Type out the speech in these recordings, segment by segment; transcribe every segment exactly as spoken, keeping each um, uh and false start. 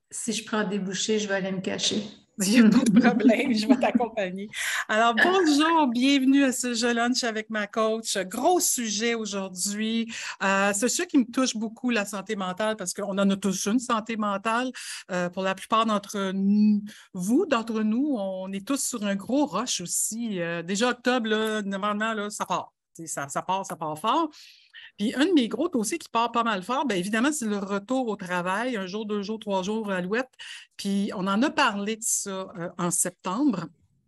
Si je prends des bouchées, je vais aller me cacher. Il n'y a pas de problème, je vais t'accompagner. Alors, bonjour, bienvenue à ce jeu lunch avec ma coach. Gros sujet aujourd'hui. Euh, c'est un sujet qui me touche beaucoup, la santé mentale, parce qu'on en a tous une santé mentale. Euh, pour la plupart d'entre nous, vous, d'entre nous, on est tous sur un gros rush aussi. Euh, déjà, octobre, là, normalement, là, ça part. Ça, ça part, ça part fort. Puis un de mes gros dossiers qui part pas mal fort, bien évidemment, c'est le retour au travail, un jour, deux jours, trois jours à l'ouest. Puis on en a parlé de ça euh, en septembre.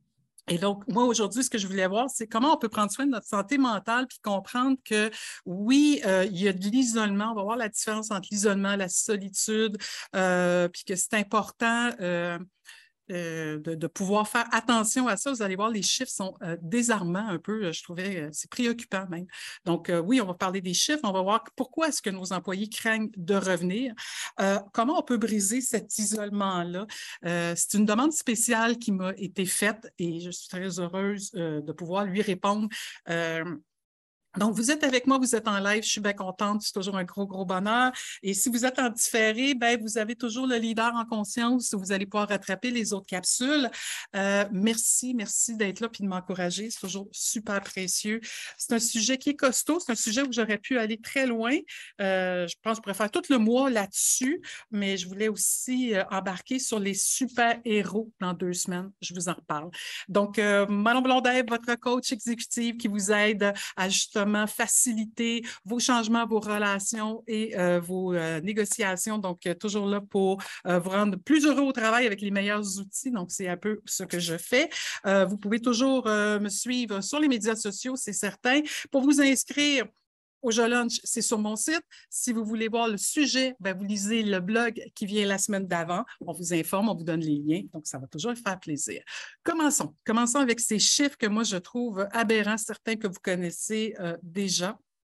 Et donc, moi, aujourd'hui, ce que je voulais voir, c'est comment on peut prendre soin de notre santé mentale puis comprendre que, oui, euh, il y a de l'isolement. On va voir la différence entre l'isolement, la solitude, euh, puis que c'est important euh, euh, de, de pouvoir faire attention à ça. Vous allez voir, les chiffres sont euh, désarmants un peu. Je trouvais, euh, c'est préoccupant même. Donc, euh, oui, on va parler des chiffres. On va voir pourquoi est-ce que nos employés craignent de revenir. Euh, comment on peut briser cet isolement-là? Euh, c'est une demande spéciale qui m'a été faite et je suis très heureuse euh, de pouvoir lui répondre. Euh, Donc, vous êtes avec moi, vous êtes en live, je suis bien contente, c'est toujours un gros, gros bonheur. Et si vous êtes en différé, ben, vous avez toujours le leader en conscience, vous allez pouvoir rattraper les autres capsules. Euh, merci, merci d'être là et de m'encourager, c'est toujours super précieux. C'est un sujet qui est costaud, c'est un sujet où j'aurais pu aller très loin. Euh, je pense que je pourrais faire tout le mois là-dessus, mais je voulais aussi euh, embarquer sur les super-héros dans deux semaines. Je vous en reparle. Donc, euh, Manon Blondet, votre coach exécutive qui vous aide à justement faciliter vos changements, vos relations et euh, vos euh, négociations. Donc, euh, toujours là pour euh, vous rendre plus heureux au travail avec les meilleurs outils. Donc, c'est un peu ce que je fais. Euh, vous pouvez toujours euh, me suivre sur les médias sociaux, c'est certain. Pour vous inscrire au Jeu Lunch, c'est sur mon site. Si vous voulez voir le sujet, ben vous lisez le blog qui vient la semaine d'avant. On vous informe, on vous donne les liens. Donc, ça va toujours faire plaisir. Commençons. Commençons avec ces chiffres que moi, je trouve aberrants, certains que vous connaissez euh, déjà.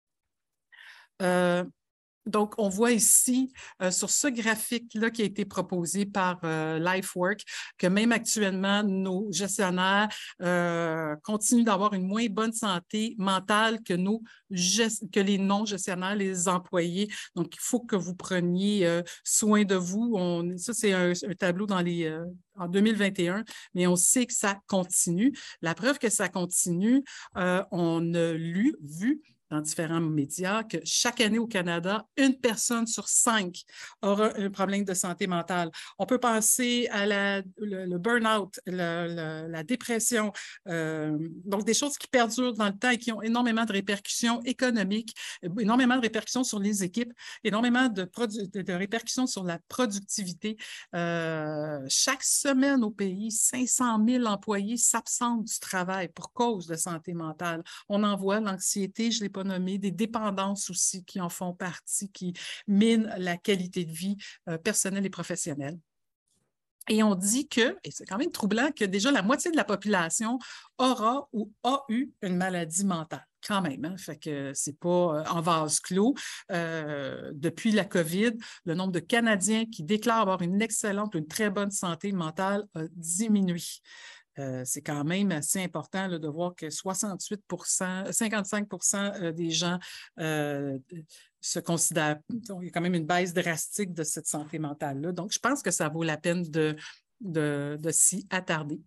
Euh, Donc, on voit ici, euh, sur ce graphique-là qui a été proposé par euh, LifeWork, que même actuellement, nos gestionnaires euh, continuent d'avoir une moins bonne santé mentale que, nos que les non-gestionnaires, les employés. Donc, il faut que vous preniez euh, soin de vous. On, ça, c'est un, un tableau dans les... Euh, en deux mille vingt et un, mais on sait que ça continue. La preuve que ça continue, euh, on a lu, vu dans différents médias que chaque année au Canada, une personne sur cinq aura un problème de santé mentale. On peut penser à la, le, le burn-out, le, le, la dépression, euh, donc des choses qui perdurent dans le temps et qui ont énormément de répercussions économiques, énormément de répercussions sur les équipes, énormément de, de, de répercussions sur la productivité. Euh, chaque semaine au pays, cinq cent mille employés s'absentent du travail pour cause de santé mentale. On en voit l'anxiété, je l'ai pas nommé, des dépendances aussi qui en font partie, qui minent la qualité de vie euh, personnelle et professionnelle. Et on dit que, et c'est quand même troublant, que déjà la moitié de la population aura ou a eu une maladie mentale. Quand même, hein? Fait que c'est pas en vase clos. Euh, depuis la COVID, le nombre de Canadiens qui déclarent avoir une excellente, une très bonne santé mentale a diminué. Euh, c'est quand même assez important là, de voir que soixante-huit pour cent, cinquante-cinq pour cent des gens euh, se considèrent, il y a quand même une baisse drastique de cette santé mentale-là. Donc, je pense que ça vaut la peine de, de, de s'y attarder.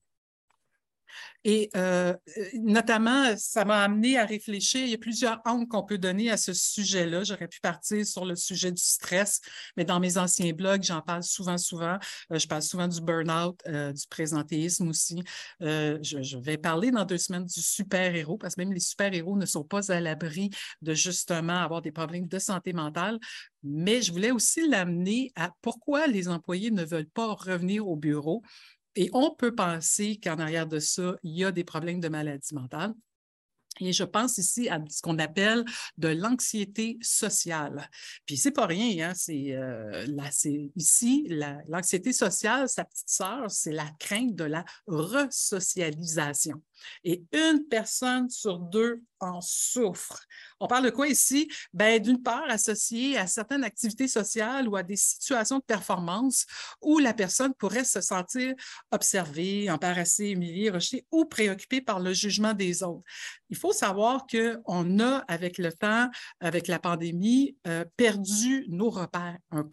Et euh, notamment, ça m'a amené à réfléchir. Il y a plusieurs angles qu'on peut donner à ce sujet-là. J'aurais pu partir sur le sujet du stress, mais dans mes anciens blogs, j'en parle souvent, souvent. Euh, je parle souvent du burn-out, euh, du présentéisme aussi. Euh, je, je vais parler dans deux semaines du super-héros, parce que même les super-héros ne sont pas à l'abri de justement avoir des problèmes de santé mentale. Mais je voulais aussi l'amener à pourquoi les employés ne veulent pas revenir au bureau. Et on peut penser qu'en arrière de ça, il y a des problèmes de maladie mentale. Et je pense ici à ce qu'on appelle de l'anxiété sociale. Puis c'est pas rien, hein? C'est euh, là, c'est ici l'anxiété sociale, sa petite sœur, c'est la crainte de la resocialisation. Et une personne sur deux en souffre. On parle de quoi ici? Ben, d'une part, associé à certaines activités sociales ou à des situations de performance où la personne pourrait se sentir observée, embarrassée, humiliée, rejetée ou préoccupée par le jugement des autres. Il faut savoir qu'on a, avec le temps, avec la pandémie, euh, perdu nos repères un peu.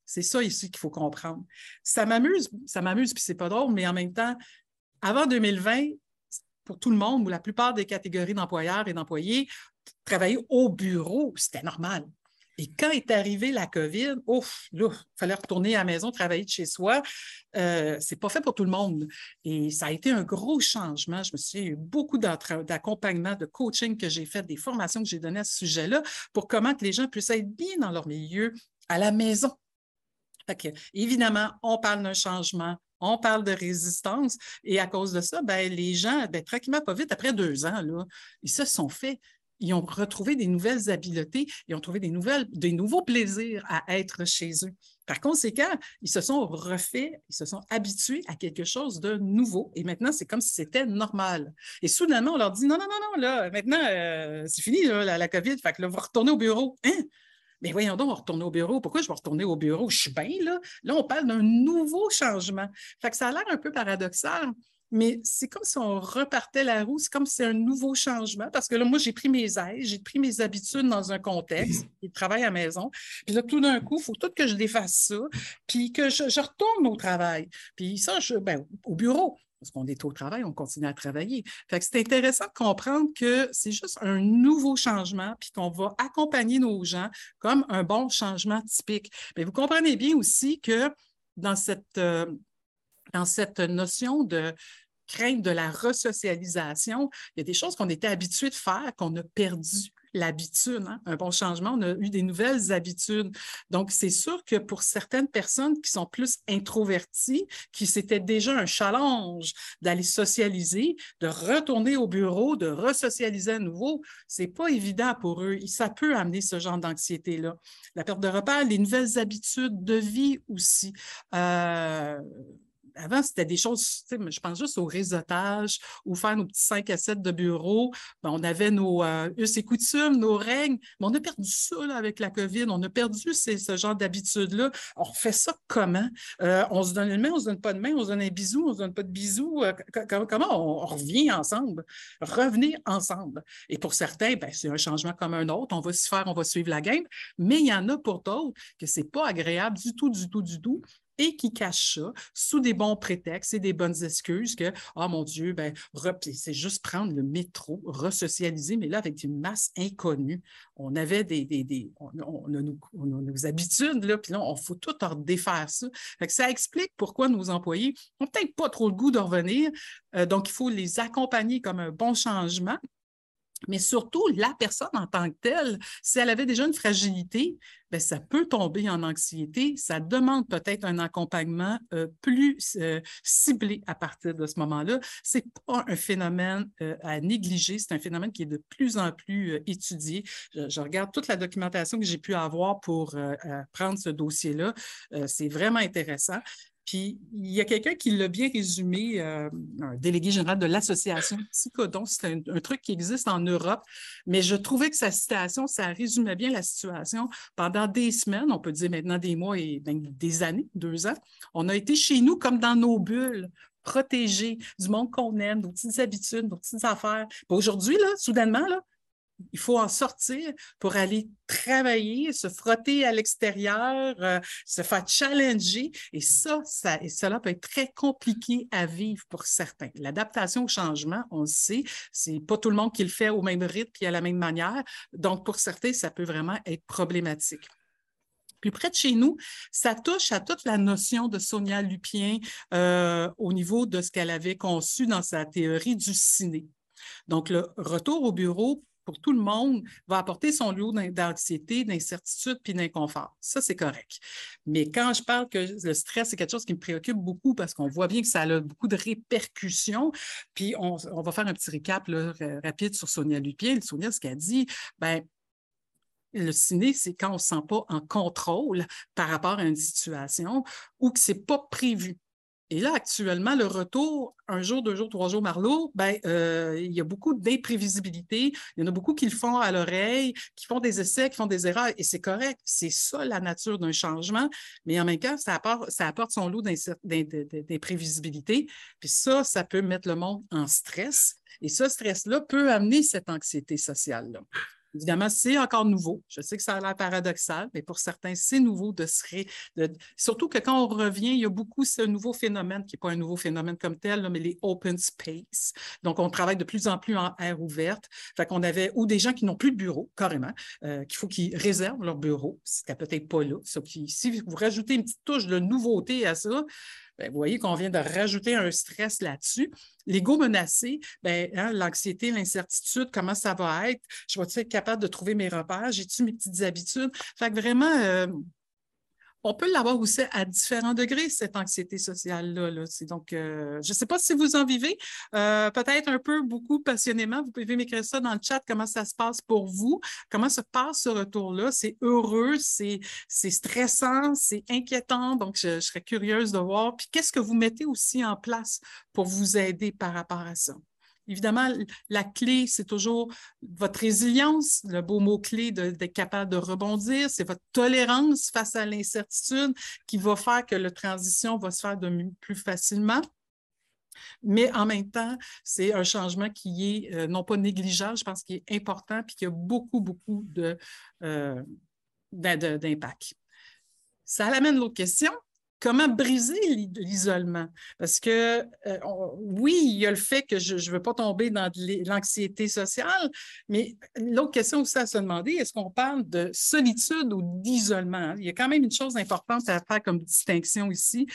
C'est ça ici qu'il faut comprendre. Ça m'amuse, ça m'amuse, puis c'est pas drôle, mais en même temps, avant deux mille vingt, pour tout le monde, ou la plupart des catégories d'employeurs et d'employés, travailler au bureau, c'était normal. Et quand est arrivée la COVID, ouf, là, il fallait retourner à la maison, travailler de chez soi. Euh, c'est pas fait pour tout le monde. Et ça a été un gros changement. Je me suis dit, il y a eu beaucoup d'accompagnement, de coaching que j'ai fait, des formations que j'ai données à ce sujet-là pour comment que les gens puissent être bien dans leur milieu à la maison. Fait que, évidemment, on parle d'un changement, on parle de résistance, et à cause de ça, ben, les gens, ben, tranquillement, pas vite, après deux ans, là, ils se sont fait, ils ont retrouvé des nouvelles habiletés, ils ont trouvé des, nouvelles, des nouveaux plaisirs à être chez eux. Par conséquent, ils se sont refaits, ils se sont habitués à quelque chose de nouveau, et maintenant, c'est comme si c'était normal. Et soudainement, on leur dit, non, non, non, non, là, maintenant, euh, c'est fini, là, la, la COVID, fait que là, vous retournez au bureau. Hein? Mais voyons donc, on va retourner au bureau. Pourquoi je vais retourner au bureau? Je suis bien là. Là, on parle d'un nouveau changement. Fait que ça a l'air un peu paradoxal, mais c'est comme si on repartait la roue. C'est comme si c'est un nouveau changement. Parce que là, moi, j'ai pris mes aides, j'ai pris mes habitudes dans un contexte, et travail à la maison. Puis là, tout d'un coup, il faut tout que je défasse ça, puis que je, je retourne au travail. Puis ça, je, ben, au bureau. Parce qu'on est au travail, on continue à travailler. Fait que c'est intéressant de comprendre que c'est juste un nouveau changement, puis qu'on va accompagner nos gens comme un bon changement typique. Mais vous comprenez bien aussi que dans cette, euh, dans cette notion de crainte de la resocialisation, il y a des choses qu'on était habitués de faire, qu'on a perdu l'habitude, hein? Un bon changement, on a eu des nouvelles habitudes. Donc, c'est sûr que pour certaines personnes qui sont plus introverties, qui c'était déjà un challenge d'aller socialiser, de retourner au bureau, de resocialiser à nouveau, c'est pas évident pour eux. Ça peut amener ce genre d'anxiété-là. La perte de repères, les nouvelles habitudes de vie aussi. Euh, Avant, c'était des choses, je pense juste au réseautage ou faire nos petits cinq à sept de bureau. Ben, on avait nos euh, us et coutumes, nos règles, mais on a perdu ça là, avec la COVID. On a perdu ces, ce genre d'habitude-là. On fait ça comment? Euh, on se donne une main, on se donne pas de main, on se donne un bisou, on se donne pas de bisou. Euh, comment on, on revient ensemble? Revenir ensemble. Et pour certains, ben, c'est un changement comme un autre. On va s'y faire, on va suivre la game. Mais il y en a pour d'autres que c'est pas agréable du tout, du tout, du tout, et qui cachent ça sous des bons prétextes et des bonnes excuses que, oh mon Dieu, ben, c'est juste prendre le métro, resocialiser, mais là, avec une masse inconnue. On avait des, des, des on, on, a nos, on a nos habitudes, là, puis là, on faut tout redéfaire ça. Fait que ça explique pourquoi nos employés n'ont peut-être pas trop le goût de revenir. Euh, donc, il faut les accompagner comme un bon changement. Mais surtout, la personne en tant que telle, si elle avait déjà une fragilité, bien, ça peut tomber en anxiété. Ça demande peut-être un accompagnement euh, plus euh, ciblé à partir de ce moment-là. Ce n'est pas un phénomène euh, à négliger, c'est un phénomène qui est de plus en plus euh, étudié. Je, je regarde toute la documentation que j'ai pu avoir pour euh, prendre ce dossier-là. Euh, c'est vraiment intéressant. Puis, il y a quelqu'un qui l'a bien résumé, euh, un délégué général de l'association Psychodon. C'est un, un truc qui existe en Europe, mais je trouvais que sa citation, ça résumait bien la situation. Pendant des semaines, on peut dire maintenant des mois et même des années, deux ans, on a été chez nous comme dans nos bulles, protégés du monde qu'on aime, nos petites habitudes, nos petites affaires. Puis aujourd'hui, là, soudainement, là, il faut en sortir pour aller travailler, se frotter à l'extérieur, euh, se faire challenger. Et ça, ça, et cela peut être très compliqué à vivre pour certains. L'adaptation au changement, on le sait, c'est pas tout le monde qui le fait au même rythme et à la même manière. Donc, pour certains, ça peut vraiment être problématique. Puis près de chez nous, ça touche à toute la notion de Sonia Lupien euh, au niveau de ce qu'elle avait conçu dans sa théorie du ciné. Donc, le retour au bureau, pour tout le monde, va apporter son lot d'anxiété, d'incertitude puis d'inconfort. Ça, c'est correct. Mais quand je parle que le stress, c'est quelque chose qui me préoccupe beaucoup parce qu'on voit bien que ça a beaucoup de répercussions. Puis, on, on va faire un petit récap là, rapide sur Sonia Lupien. Sonia, ce qu'elle dit, bien, le ciné, c'est quand on ne se sent pas en contrôle par rapport à une situation ou que ce n'est pas prévu. Et là, actuellement, le retour, un jour, deux jours, trois jours, Marlo, ben, euh, il y a beaucoup d'imprévisibilité. Il y en a beaucoup qui le font à l'oreille, qui font des essais, qui font des erreurs, et c'est correct. C'est ça la nature d'un changement, mais en même temps, ça apporte, ça apporte son lot d'imprévisibilité. Puis ça, ça peut mettre le monde en stress. Et ce stress-là peut amener cette anxiété sociale-là. Évidemment, c'est encore nouveau. Je sais que ça a l'air paradoxal, mais pour certains, c'est nouveau de se ré... de... Surtout que quand on revient, il y a beaucoup ce nouveau phénomène, qui n'est pas un nouveau phénomène comme tel, là, mais les open space. Donc, on travaille de plus en plus en aire ouverte. Fait qu'on avait, ou des gens qui n'ont plus de bureau, carrément, euh, qu'il faut qu'ils réservent leur bureau. C'était peut-être pas là. Ça, qui, si vous rajoutez une petite touche de nouveauté à ça, bien, vous voyez qu'on vient de rajouter un stress là-dessus. L'ego menacé, bien, hein, l'anxiété, l'incertitude, comment ça va être? Je vais-tu être capable de trouver mes repères? J'ai-tu mes petites habitudes? Fait que vraiment, euh, on peut l'avoir aussi à différents degrés, cette anxiété sociale-là. Là. Donc, euh, je ne sais pas si vous en vivez, euh, peut-être un peu, beaucoup passionnément. Vous pouvez m'écrire ça dans le chat, comment ça se passe pour vous, comment se passe ce retour-là. C'est heureux, c'est stressant, c'est inquiétant. Donc, je, je serais curieuse de voir. Puis, qu'est-ce que vous mettez aussi en place pour vous aider par rapport à ça? Évidemment, la clé, c'est toujours votre résilience, le beau mot-clé d'être capable de rebondir, c'est votre tolérance face à l'incertitude qui va faire que la transition va se faire de mieux, plus facilement. Mais en même temps, c'est un changement qui est euh, non pas négligeable, je pense qu'il est important puis qui a beaucoup, beaucoup de, euh, d'impact. Ça amène l'autre question. Comment briser l'isolement? Parce que, euh, on, oui, il y a le fait que je ne veux pas tomber dans l'anxiété sociale, mais l'autre question aussi à se demander, est-ce qu'on parle de solitude ou d'isolement? Il y a quand même une chose importante à faire comme distinction ici.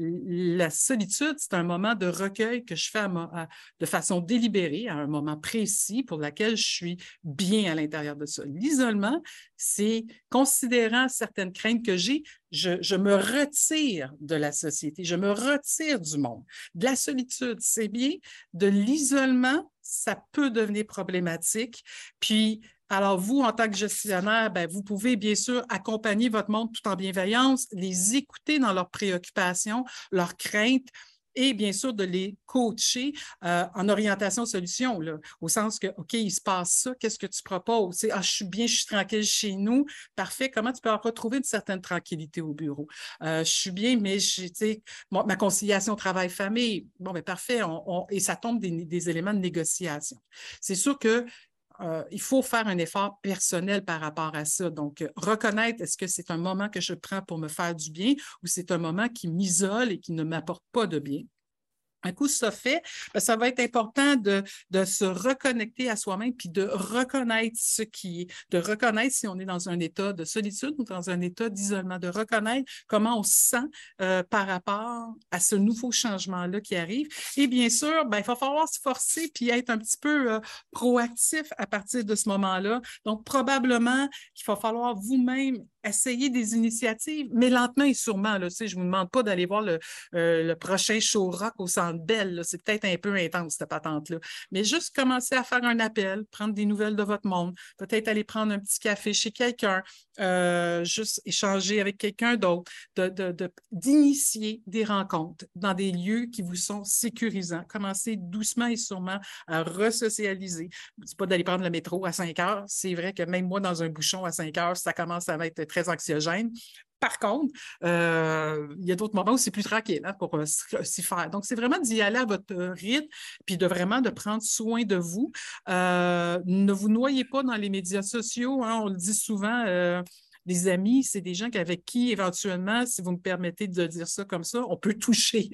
La solitude, c'est un moment de recueil que je fais à, à, de façon délibérée, à un moment précis pour lequel je suis bien à l'intérieur de ça. L'isolement, c'est considérant certaines craintes que j'ai, Je, je me retire de la société, je me retire du monde. De la solitude, c'est bien. De l'isolement, ça peut devenir problématique. Puis, alors vous, en tant que gestionnaire, bien, vous pouvez bien sûr accompagner votre monde tout en bienveillance, les écouter dans leurs préoccupations, leurs craintes, et bien sûr de les coacher euh, en orientation-solution, là, au sens que, OK, il se passe ça, qu'est-ce que tu proposes? C'est, ah, je suis bien, je suis tranquille chez nous, parfait, comment tu peux retrouver une certaine tranquillité au bureau? Euh, je suis bien, mais tu sais, ma conciliation travail-famille, bon, bien parfait, on, on, et ça tombe des, des éléments de négociation. C'est sûr que Euh, il faut faire un effort personnel par rapport à ça. Donc, euh, reconnaître, est-ce que c'est un moment que je prends pour me faire du bien ou c'est un moment qui m'isole et qui ne m'apporte pas de bien? Un coup ça fait, bien, ça va être important de, de se reconnecter à soi-même puis de reconnaître ce qui est, de reconnaître si on est dans un état de solitude ou dans un état d'isolement, de reconnaître comment on se sent euh, par rapport à ce nouveau changement-là qui arrive. Et bien sûr, bien, il va falloir se forcer puis être un petit peu euh, proactif à partir de ce moment-là. Donc, probablement qu'il va falloir vous-même essayer des initiatives, mais lentement et sûrement. Là, tu sais, je ne vous demande pas d'aller voir le, euh, le prochain show rock au Centre Bell. C'est peut-être un peu intense, cette patente-là. Mais juste commencer à faire un appel, prendre des nouvelles de votre monde, peut-être aller prendre un petit café chez quelqu'un, euh, juste échanger avec quelqu'un d'autre, de, de, de, d'initier des rencontres dans des lieux qui vous sont sécurisants. Commencez doucement et sûrement à resocialiser. C'est pas d'aller prendre le métro à cinq heures. C'est vrai que même moi, dans un bouchon à cinq heures, ça commence à être très anxiogène. Par contre, euh, il y a d'autres moments où c'est plus tranquille hein, pour euh, s'y faire. Donc, c'est vraiment d'y aller à votre rythme, puis de vraiment de prendre soin de vous. Euh, ne vous noyez pas dans les médias sociaux. Hein, on le dit souvent, euh, les amis, c'est des gens avec qui, éventuellement, si vous me permettez de dire ça comme ça, on peut toucher,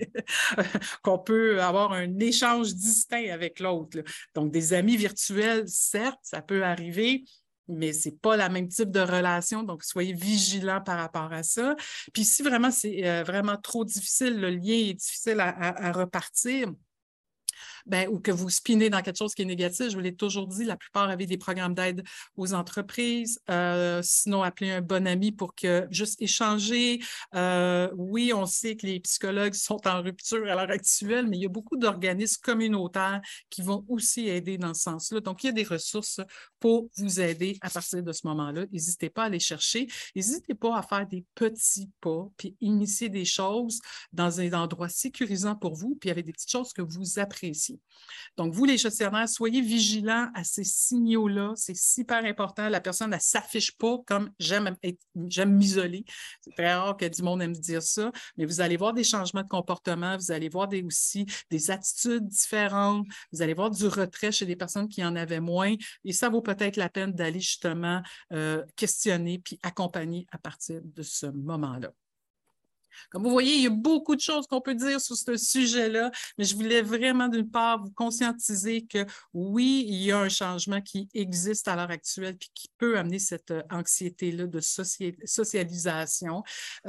qu'on peut avoir un échange distinct avec l'autre. Donc, des amis virtuels, certes, ça peut arriver, mais ce n'est pas le même type de relation, donc soyez vigilants par rapport à ça. Puis si vraiment c'est euh, vraiment trop difficile, le lien est difficile à, à, à repartir, ben, ou que vous spinez dans quelque chose qui est négatif, je vous l'ai toujours dit, la plupart avaient des programmes d'aide aux entreprises. Euh, sinon, appelez un bon ami pour que juste échanger. Euh, oui, on sait que les psychologues sont en rupture à l'heure actuelle, mais il y a beaucoup d'organismes communautaires qui vont aussi aider dans ce sens-là. Donc, il y a des ressources pour vous aider à partir de ce moment-là. N'hésitez pas à les chercher. N'hésitez pas à faire des petits pas, puis initier des choses dans un endroit sécurisant pour vous, puis avec des petites choses que vous appréciez. aussi. Donc, vous, les gestionnaires, soyez vigilants à ces signaux-là. C'est super important. La personne, elle ne s'affiche pas comme j'aime être, j'aime m'isoler. C'est très rare que du monde aime dire ça, mais vous allez voir des changements de comportement, vous allez voir des, aussi des attitudes différentes, vous allez voir du retrait chez des personnes qui en avaient moins, et ça vaut peut-être la peine d'aller justement euh, questionner puis accompagner à partir de ce moment-là. Comme vous voyez, il y a beaucoup de choses qu'on peut dire sur ce sujet-là, mais je voulais vraiment, d'une part, vous conscientiser que oui, il y a un changement qui existe à l'heure actuelle puis qui peut amener cette anxiété-là de socia- socialisation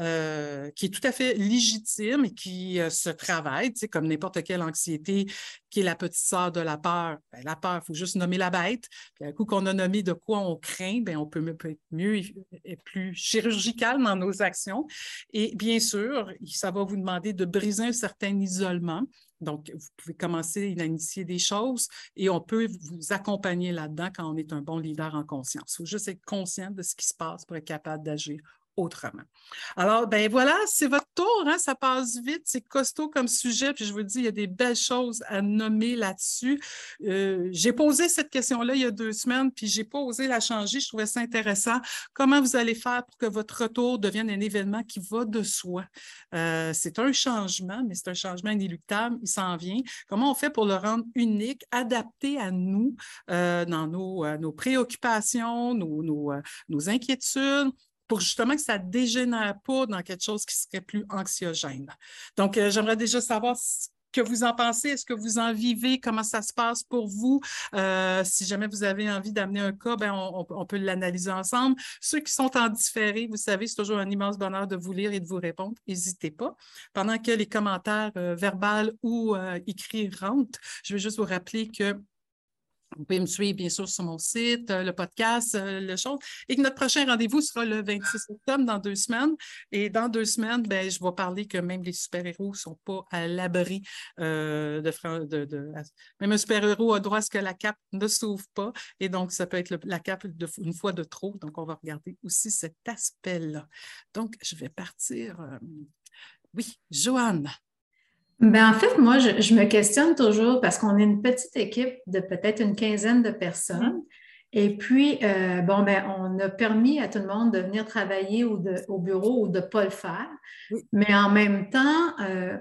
euh, qui est tout à fait légitime et qui euh, se travaille, tu sais, comme n'importe quelle anxiété qui est la petite sœur de la peur. Bien, la peur, il faut juste nommer la bête. Puis un coup qu'on a nommé de quoi on craint, bien, on peut, peut être mieux et plus chirurgical dans nos actions. Et bien sûr, ça va vous demander de briser un certain isolement. Donc, vous pouvez commencer à initier des choses et on peut vous accompagner là-dedans quand on est un bon leader en conscience. Il faut juste être conscient de ce qui se passe pour être capable d'agir autrement. Alors, ben voilà, c'est votre tour, hein? Ça passe vite, c'est costaud comme sujet, puis je vous dis, il y a des belles choses à nommer là-dessus. Euh, j'ai posé cette question-là il y a deux semaines, puis j'ai pas osé la changer, je trouvais ça intéressant. Comment vous allez faire pour que votre retour devienne un événement qui va de soi? Euh, c'est un changement, mais c'est un changement inéluctable, il s'en vient. Comment on fait pour le rendre unique, adapté à nous, euh, dans nos, euh, nos préoccupations, nos, nos, euh, nos inquiétudes, pour justement que ça ne dégénère pas dans quelque chose qui serait plus anxiogène. Donc, euh, j'aimerais déjà savoir ce que vous en pensez, est-ce que vous en vivez, comment ça se passe pour vous. Euh, si jamais vous avez envie d'amener un cas, ben on, on peut l'analyser ensemble. Ceux qui sont en différé, vous savez, c'est toujours un immense bonheur de vous lire et de vous répondre. N'hésitez pas. Pendant que les commentaires euh, verbaux ou euh, écrits rentrent, je vais juste vous rappeler que vous pouvez me suivre, bien sûr, sur mon site, le podcast, le show. Et que notre prochain rendez-vous sera le vingt-six octobre, dans deux semaines. Et dans deux semaines, ben, je vais parler que même les super-héros ne sont pas à l'abri euh, de, de, de... Même un super-héros a droit à ce que la cape ne s'ouvre pas. Et donc, ça peut être le, la cape de, une fois de trop. Donc, on va regarder aussi cet aspect-là. Donc, je vais partir. Euh... Oui, Joanne. Ben, en fait, moi, je, je me questionne toujours parce qu'on est une petite équipe de peut-être une quinzaine de personnes. Mmh. Et puis, euh, bon, ben, on a permis à tout le monde de venir travailler ou de, au bureau ou de ne pas le faire. Oui. Mais en même temps, euh,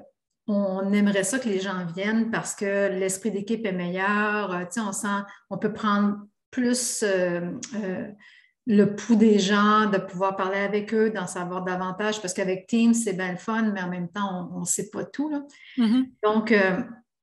on aimerait ça que les gens viennent parce que l'esprit d'équipe est meilleur. Euh, tu sais, on sent, on peut prendre plus euh, euh, le pouls des gens, de pouvoir parler avec eux, d'en savoir davantage, parce qu'avec Teams, c'est bien le fun, mais en même temps, on ne sait pas tout, là. Mm-hmm. Donc, euh,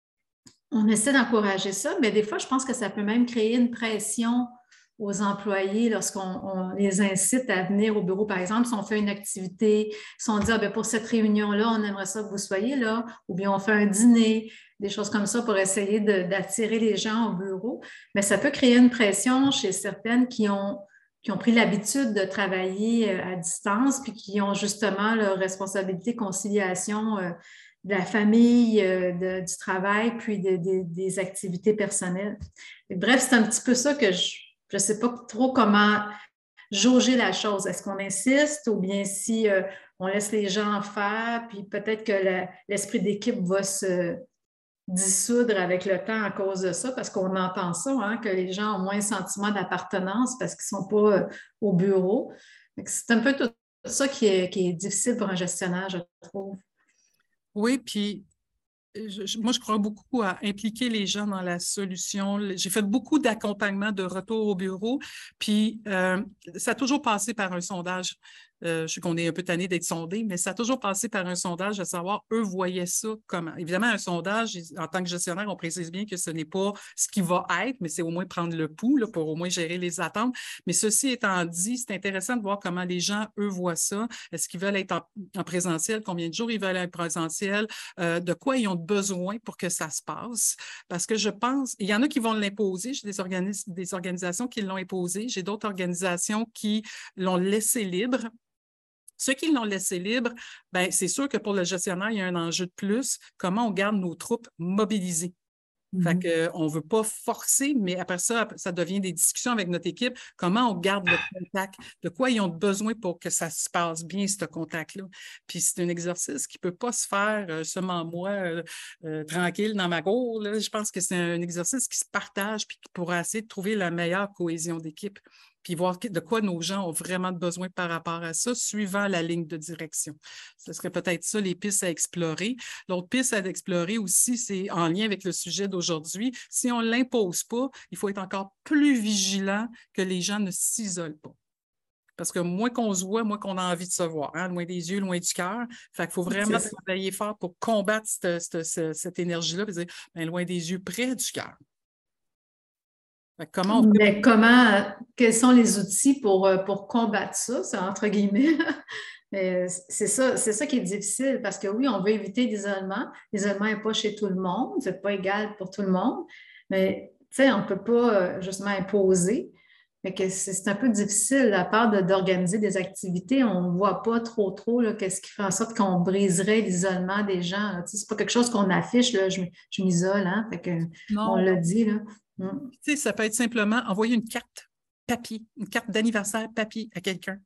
on essaie d'encourager ça, mais des fois, je pense que ça peut même créer une pression aux employés lorsqu'on on les incite à venir au bureau, par exemple, si on fait une activité, si on dit ah, bien, pour cette réunion-là, on aimerait ça que vous soyez là, ou bien on fait un dîner, des choses comme ça pour essayer de, d'attirer les gens au bureau. Mais ça peut créer une pression chez certaines qui ont qui ont pris l'habitude de travailler à distance, puis qui ont justement leur responsabilité conciliation euh, de la famille, euh, de, du travail, puis de, de, des activités personnelles. Et bref, c'est un petit peu ça que je ne sais pas trop comment jauger la chose. Est-ce qu'on insiste ou bien si euh, on laisse les gens faire, puis peut-être que la, l'esprit d'équipe va se dissoudre avec le temps à cause de ça, parce qu'on entend ça, hein, que les gens ont moins de sentiment d'appartenance parce qu'ils ne sont pas euh, au bureau. C'est un peu tout ça qui est, qui est difficile pour un gestionnaire, je trouve. Oui, puis je, moi, je crois beaucoup à impliquer les gens dans la solution. J'ai fait beaucoup d'accompagnement de retour au bureau, puis euh, ça a toujours passé par un sondage. Euh, je sais qu'on est un peu tanné d'être sondé, mais ça a toujours passé par un sondage de savoir, eux voyaient ça comment. Évidemment, un sondage, en tant que gestionnaire, on précise bien que ce n'est pas ce qui va être, mais c'est au moins prendre le pouls là, pour au moins gérer les attentes. Mais ceci étant dit, c'est intéressant de voir comment les gens, eux, voient ça. Est-ce qu'ils veulent être en, en présentiel? Combien de jours ils veulent être en présentiel? Euh, de quoi ils ont besoin pour que ça se passe? Parce que je pense, il y en a qui vont l'imposer. J'ai des, organis- des organisations qui l'ont imposé. J'ai d'autres organisations qui l'ont laissé libre. Ceux qui l'ont laissé libre, ben, c'est sûr que pour le gestionnaire, il y a un enjeu de plus. Comment on garde nos troupes mobilisées? Fait qu'on ne veut pas forcer, mais après ça, ça devient des discussions avec notre équipe. Comment on garde le contact? De quoi ils ont besoin pour que ça se passe bien, ce contact-là? Puis c'est un exercice qui ne peut pas se faire euh, seulement moi, euh, euh, tranquille dans ma cour. Là. Je pense que c'est un exercice qui se partage puis qui pourra essayer de trouver la meilleure cohésion d'équipe. Puis voir de quoi nos gens ont vraiment besoin par rapport à ça, suivant la ligne de direction. Ce serait peut-être ça, les pistes à explorer. L'autre piste à explorer aussi, c'est en lien avec le sujet d'aujourd'hui. Si on ne l'impose pas, il faut être encore plus vigilant que les gens ne s'isolent pas. Parce que moins qu'on se voit, moins qu'on a envie de se voir, hein? Loin des yeux, loin du cœur. Fait qu'il faut vraiment travailler fort pour combattre cette, cette, cette énergie-là et dire, bien, loin des yeux, près du cœur. Comment on Mais comment, quels sont les outils pour, pour combattre ça, c'est entre guillemets? C'est ça, c'est ça qui est difficile parce que oui, on veut éviter l'isolement. L'isolement n'est pas chez tout le monde, c'est pas égal pour tout le monde, mais tu sais, on ne peut pas justement imposer. Mais que c'est un peu difficile à part d'organiser des activités. On ne voit pas trop, trop qu'est-ce qui fait en sorte qu'on briserait l'isolement des gens. Ce n'est pas quelque chose qu'on affiche, là, je, je m'isole, hein? Fait que, on le dit. Là. Mm. Tu sais, ça peut être simplement envoyer une carte papier, une carte d'anniversaire papier à quelqu'un.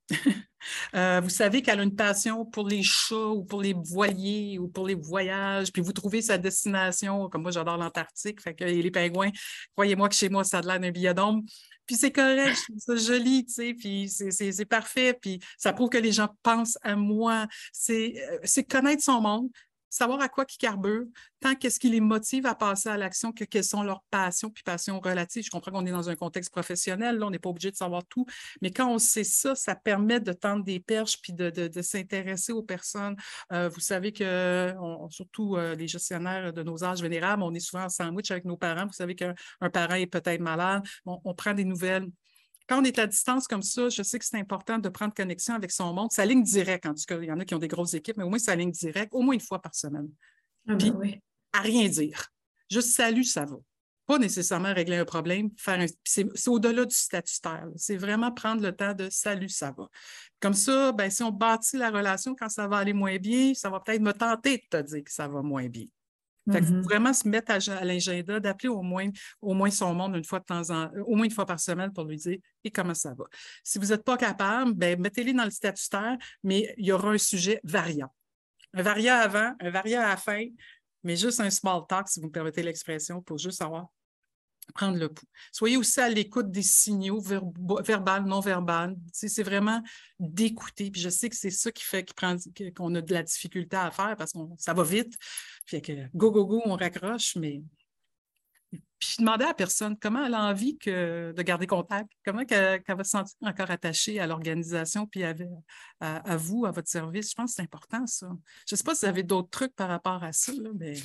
euh, vous savez qu'elle a une passion pour les chats ou pour les voiliers ou pour les voyages, puis vous trouvez sa destination, comme moi j'adore l'Antarctique, fait que les pingouins, croyez-moi que chez moi ça a l'air d'un billet-d'ombre. Puis c'est correct, je trouve ça joli, tu sais, puis c'est parfait, puis ça prouve que les gens pensent à moi. C'est euh, connaître son monde, savoir à quoi qui carbure, tant qu'est-ce qui les motive à passer à l'action, que quelles sont leurs passions, puis passions relatives. Je comprends qu'on est dans un contexte professionnel, là, on n'est pas obligé de savoir tout, mais quand on sait ça, ça permet de tendre des perches puis de, de, de s'intéresser aux personnes. Euh, vous savez que, on, surtout euh, les gestionnaires de nos âges vénérables, on est souvent en sandwich avec nos parents. Vous savez qu'un parent est peut-être malade, on, on prend des nouvelles. Quand on est à distance comme ça, je sais que c'est important de prendre connexion avec son monde. Sa ligne directe, en tout cas, il y en a qui ont des grosses équipes, mais au moins sa ligne directe, au moins une fois par semaine. Ah ben Puis, oui. à rien dire. Juste salut, ça va. Pas nécessairement régler un problème, faire un... c'est au-delà du statutaire. C'est vraiment prendre le temps de salut, ça va. Comme ça, ben, si on bâtit la relation quand ça va aller moins bien, ça va peut-être me tenter de te dire que ça va moins bien. Fait qu'il faut vraiment se mettre à, à l'agenda, d'appeler au moins, au moins son monde une fois de temps en au moins une fois par semaine pour lui dire et comment ça va. Si vous n'êtes pas capable, ben, mettez-les dans le statutaire, mais il y aura un sujet variant. Un variant avant, un variant à la fin, mais juste un small talk, si vous me permettez l'expression, pour juste savoir prendre le pouls. Soyez aussi à l'écoute des signaux verbal, non verbal. C'est vraiment d'écouter. Puis je sais que c'est ça qui fait qu'on a de la difficulté à faire parce que ça va vite. Puis que go, go, go, on raccroche, mais... Puis je demandais à la personne comment elle a envie que, de garder contact, comment qu'elle qu va se sentir encore attachée à l'organisation puis à, à, à vous, à votre service. Je pense que c'est important, ça. Je ne sais pas si vous avez d'autres trucs par rapport à ça, là, mais...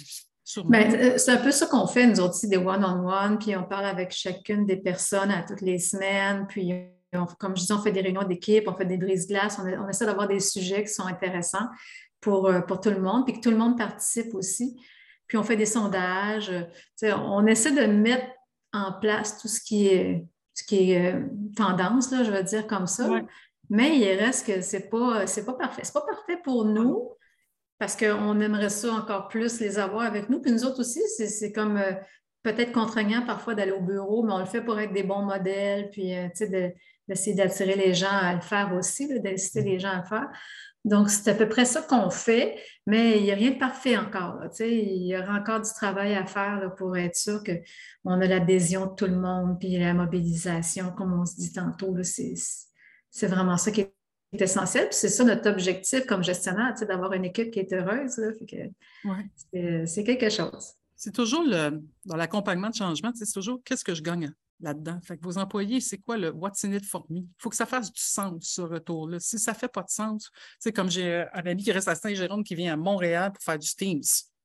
Ben, c'est un peu ça qu'on fait, nous autres aussi, des one-on-one, puis on parle avec chacune des personnes à toutes les semaines, puis on, comme je dis, on fait des réunions d'équipe, on fait des brises-glaces, on, on, essaie d'avoir des sujets qui sont intéressants pour, pour tout le monde, puis que tout le monde participe aussi. Puis on fait des sondages, on essaie de mettre en place tout ce qui est, ce qui est euh, tendance, là, je veux dire comme ça, ouais. Mais il reste que c'est pas, c'est pas parfait. C'est pas parfait pour nous, parce qu'on aimerait ça encore plus les avoir avec nous. Puis nous autres aussi, c'est comme euh, peut-être contraignant parfois d'aller au bureau, mais on le fait pour être des bons modèles, puis euh, d'essayer d'attirer les gens à le faire aussi, d'inciter les gens à le faire. Donc, c'est à peu près ça qu'on fait, mais il n'y a rien de parfait encore. Là, il y aura encore du travail à faire là, pour être sûr qu'on a l'adhésion de tout le monde, puis la mobilisation, comme on se dit tantôt. C'est vraiment ça qui est est essentiel. Puis c'est ça notre objectif comme gestionnaire, d'avoir une équipe qui est heureuse. Là, fait que ouais. C'est quelque chose. C'est toujours le, dans l'accompagnement de changement, c'est toujours qu'est-ce que je gagne là-dedans. Fait que vos employés, c'est quoi le what's in it for me? Il faut que ça fasse du sens, ce retour-là. Si ça ne fait pas de sens, c'est comme j'ai un ami qui reste à Saint-Jérôme qui vient à Montréal pour faire du Teams.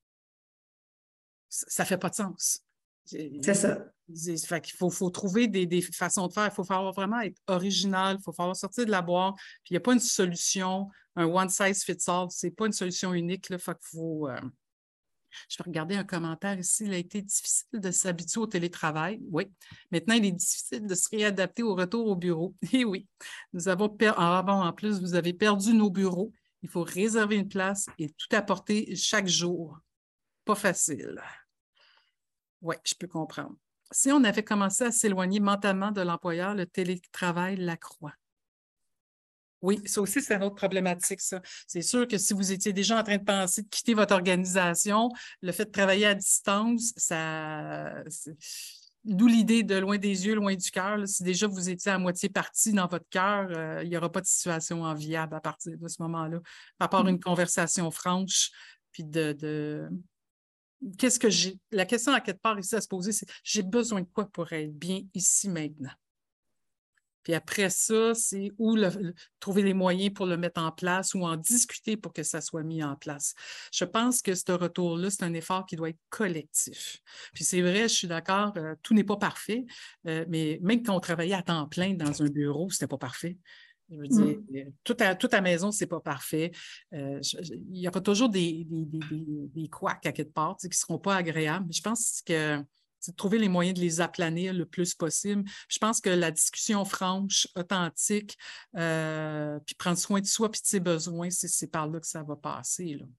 Ça ne fait pas de sens. C'est ça. Fait qu'il faut, faut trouver des, des façons de faire. Il faut falloir vraiment être original. Il faut falloir sortir de la boîte. Puis il n'y a pas une solution, un one size fits all. Ce n'est pas une solution unique. Là. Fait qu'il faut. Euh... Je vais regarder un commentaire ici. Il a été difficile de s'habituer au télétravail. Oui. Maintenant, il est difficile de se réadapter au retour au bureau. Et oui. Nous avons perdu. Ah bon, en plus, vous avez perdu nos bureaux. Il faut réserver une place et tout apporter chaque jour. Pas facile. Oui, je peux comprendre. Si on avait commencé à s'éloigner mentalement de l'employeur, le télétravail l'accroît. Oui, ça aussi, c'est une autre problématique, ça. C'est sûr que si vous étiez déjà en train de penser de quitter votre organisation, le fait de travailler à distance, ça... D'où l'idée de loin des yeux, loin du cœur. Si déjà vous étiez à moitié parti dans votre cœur, euh, il n'y aura pas de situation enviable à partir de ce moment-là, à part une conversation franche, puis de... de... Qu'est-ce que j'ai... La question à quelque part ici à se poser, c'est j'ai besoin de quoi pour être bien ici maintenant? Puis après ça, c'est où le, le, trouver les moyens pour le mettre en place ou en discuter pour que ça soit mis en place. Je pense que ce retour-là, c'est un effort qui doit être collectif. Puis c'est vrai, je suis d'accord, euh, tout n'est pas parfait, euh, mais même quand on travaillait à temps plein dans un bureau, c'était pas parfait. Je veux dire, mm. tout, à, tout à maison, c'est pas parfait. Euh, je, je, il y aura toujours des, des, des, des, des couacs à quelque part qui ne seront pas agréables. Je pense que c'est de trouver les moyens de les aplanir le plus possible. Je pense que la discussion franche, authentique, euh, puis prendre soin de soi puis de ses besoins, c'est par là que ça va passer. Là.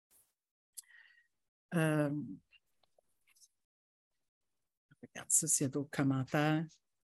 Euh, regarde ça s'il y a d'autres commentaires.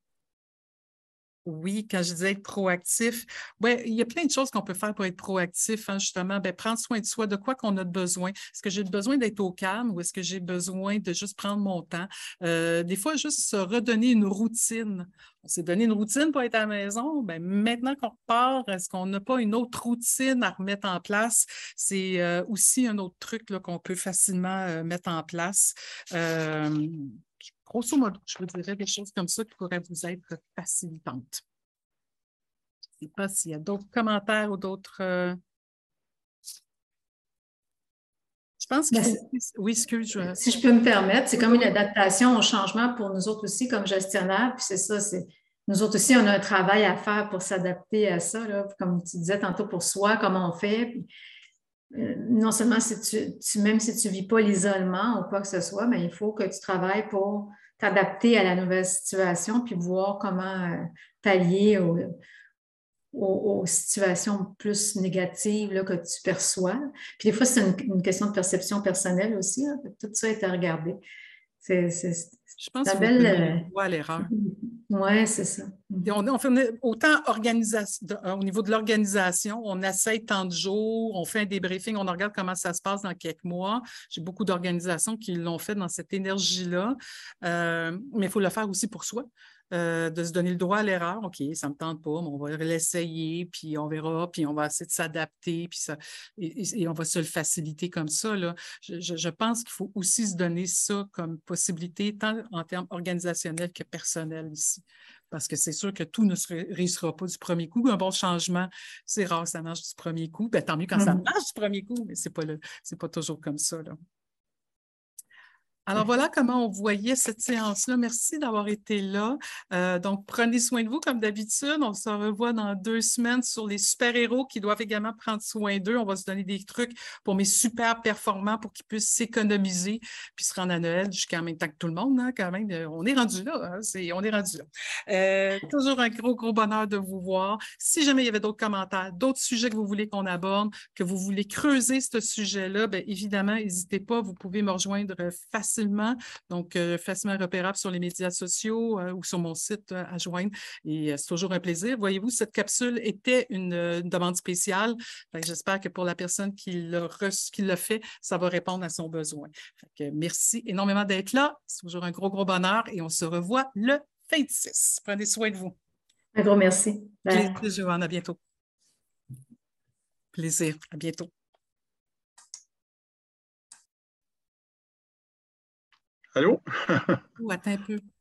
Oui, quand je disais être proactif, ouais, il y a plein de choses qu'on peut faire pour être proactif, hein, justement. Bien, prendre soin de soi, de quoi qu'on a besoin. Est-ce que j'ai besoin d'être au calme ou est-ce que j'ai besoin de juste prendre mon temps? Euh, des fois, juste se redonner une routine. On s'est donné une routine pour être à la maison. Bien, maintenant qu'on repart, est-ce qu'on n'a pas une autre routine à remettre en place? C'est euh, aussi un autre truc qu'on peut facilement euh, mettre en place. Euh, Grosso modo, je vous dirais des choses comme ça qui pourraient vous être facilitantes. Je ne sais pas s'il y a d'autres commentaires ou d'autres... Euh... Je pense qu'il faut... Oui, excuse. Je... Si je peux me permettre, c'est comme une adaptation au changement pour nous autres aussi comme gestionnaires. Puis c'est ça, c'est... Nous autres aussi, on a un travail à faire pour s'adapter à ça, là. Comme tu disais tantôt, pour soi, comment on fait. Puis, euh, non seulement si tu, tu, même si tu ne vis pas l'isolement ou quoi que ce soit, mais il faut que tu travailles pour t'adapter à la nouvelle situation puis voir comment euh, pallier aux, aux, aux situations plus négatives là, que tu perçois. Puis des fois, c'est une, une question de perception personnelle aussi. Là. Tout ça est à regarder. C'est, c'est, Je pense qu'il faut belle, donner le droit à l'erreur. Oui, c'est ça. Et on, on fait autant organisation, de, au niveau de l'organisation, on essaie tant de jours, on fait un débriefing, on regarde comment ça se passe dans quelques mois. J'ai beaucoup d'organisations qui l'ont fait dans cette énergie-là, euh, mais il faut le faire aussi pour soi. Euh, de se donner le droit à l'erreur. OK, ça ne me tente pas, mais on va l'essayer, puis on verra, puis on va essayer de s'adapter, puis ça, et, et on va se le faciliter comme ça. Là. Je, je, je pense qu'il faut aussi se donner ça comme possibilité, tant en termes organisationnels que personnels ici. Parce que c'est sûr que tout ne se réussira pas du premier coup. Un bon changement, c'est rare que ça marche du premier coup. Bien, tant mieux quand mm-hmm. ça marche du premier coup, mais ce n'est pas, pas toujours comme ça. Là. Alors, voilà comment on voyait cette séance-là. Merci d'avoir été là. Euh, donc, prenez soin de vous comme d'habitude. On se revoit dans deux semaines sur les super-héros qui doivent également prendre soin d'eux. On va se donner des trucs pour mes super performants pour qu'ils puissent s'économiser puis se rendre à Noël jusqu'en même temps que tout le monde. Hein, quand même, on est rendu là. Hein, c'est, on est rendu là. Euh, toujours un gros, gros bonheur de vous voir. Si jamais il y avait d'autres commentaires, d'autres sujets que vous voulez qu'on aborde, que vous voulez creuser ce sujet-là, bien évidemment, n'hésitez pas. Vous pouvez me rejoindre facilement. Donc, euh, facilement repérable sur les médias sociaux euh, ou sur mon site euh, à joindre. Et euh, c'est toujours un plaisir. Voyez-vous, cette capsule était une, une demande spéciale. J'espère que pour la personne qui l'a, reçu, qui l'a fait, ça va répondre à son besoin. Fait que merci énormément d'être là. C'est toujours un gros, gros bonheur et on se revoit le vingt-six. Prenez soin de vous. Un gros merci. Bye. Plaisir, Joanne. À bientôt. Plaisir. À bientôt. Allô? Ou attends un peu.